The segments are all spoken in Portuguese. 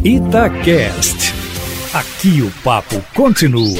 Itacast. Aqui o papo continua.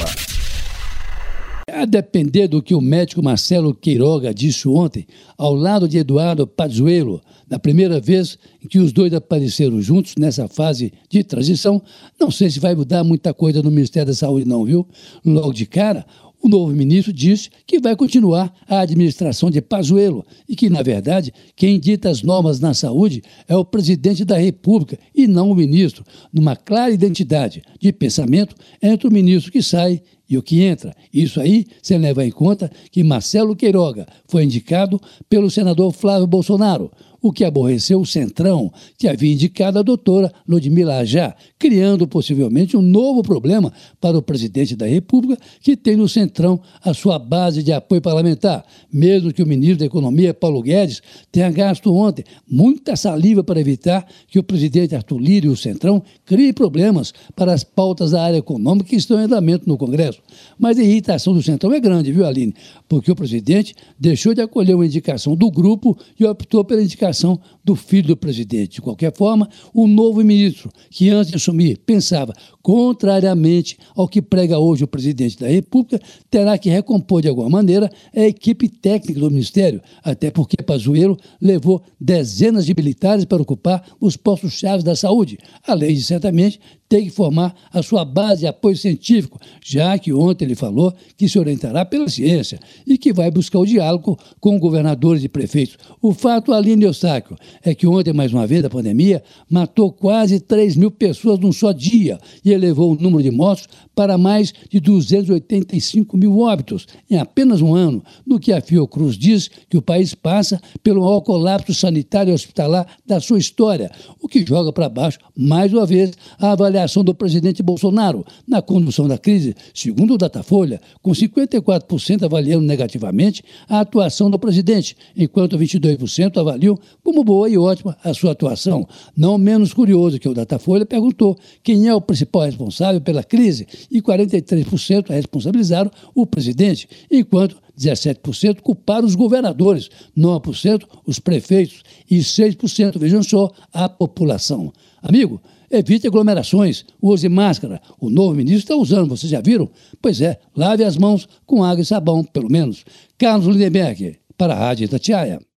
A depender do que o médico Marcelo Queiroga disse ontem, ao lado de Eduardo Pazuello, na primeira vez em que os dois apareceram juntos nessa fase de transição, não sei se vai mudar muita coisa no Ministério da Saúde não, viu? Logo de cara, o novo ministro disse que vai continuar a administração de Pazuello e que, na verdade, quem dita as normas na saúde é o presidente da República e não o ministro, numa clara identidade de pensamento entre o ministro que sai e o que entra. Isso aí sem levar em conta que Marcelo Queiroga foi indicado pelo senador Flávio Bolsonaro, o que aborreceu o Centrão, que havia indicado a doutora Ludmila Ajá, criando possivelmente um novo problema para o presidente da República, que tem no Centrão a sua base de apoio parlamentar, mesmo que o ministro da Economia, Paulo Guedes, tenha gasto ontem muita saliva para evitar que o presidente Arthur Lira e o Centrão criem problemas para as pautas da área econômica que estão em andamento no Congresso. Mas a irritação do Centrão é grande, viu, Aline? Porque o presidente deixou de acolher uma indicação do grupo e optou pela indicação do filho do presidente. De qualquer forma, o novo ministro, que antes de assumir pensava contrariamente ao que prega hoje o presidente da República, terá que recompor de alguma maneira a equipe técnica do Ministério, até porque Pazuello levou dezenas de militares para ocupar os postos-chave da saúde, além de, certamente, ter que formar a sua base de apoio científico, já que ontem ele falou que se orientará pela ciência e que vai buscar o diálogo com governadores e prefeitos. O fato, Aline Eustáquio, é que ontem, mais uma vez, a pandemia matou quase 3 mil pessoas num só dia e elevou o número de mortos para mais de 285 mil óbitos em apenas um ano, no que a Fiocruz diz que o país passa pelo maior colapso sanitário e hospitalar da sua história, o que joga para baixo, mais uma vez, a avaliação do presidente Bolsonaro na condução da crise, segundo o Datafolha, com 54% avaliando negativamente a atuação do presidente, enquanto 22% avaliam como boa e ótima a sua atuação. Não menos curioso que o Datafolha perguntou quem é o principal responsável pela crise e 43% responsabilizaram o presidente, enquanto 17% culparam os governadores, 9% os prefeitos e 6%, vejam só, a população. Amigo, evite aglomerações, use máscara. O novo ministro está usando, vocês já viram? Pois é, lave as mãos com água e sabão, pelo menos. Carlos Lindenberg, para a Rádio Itatiaia.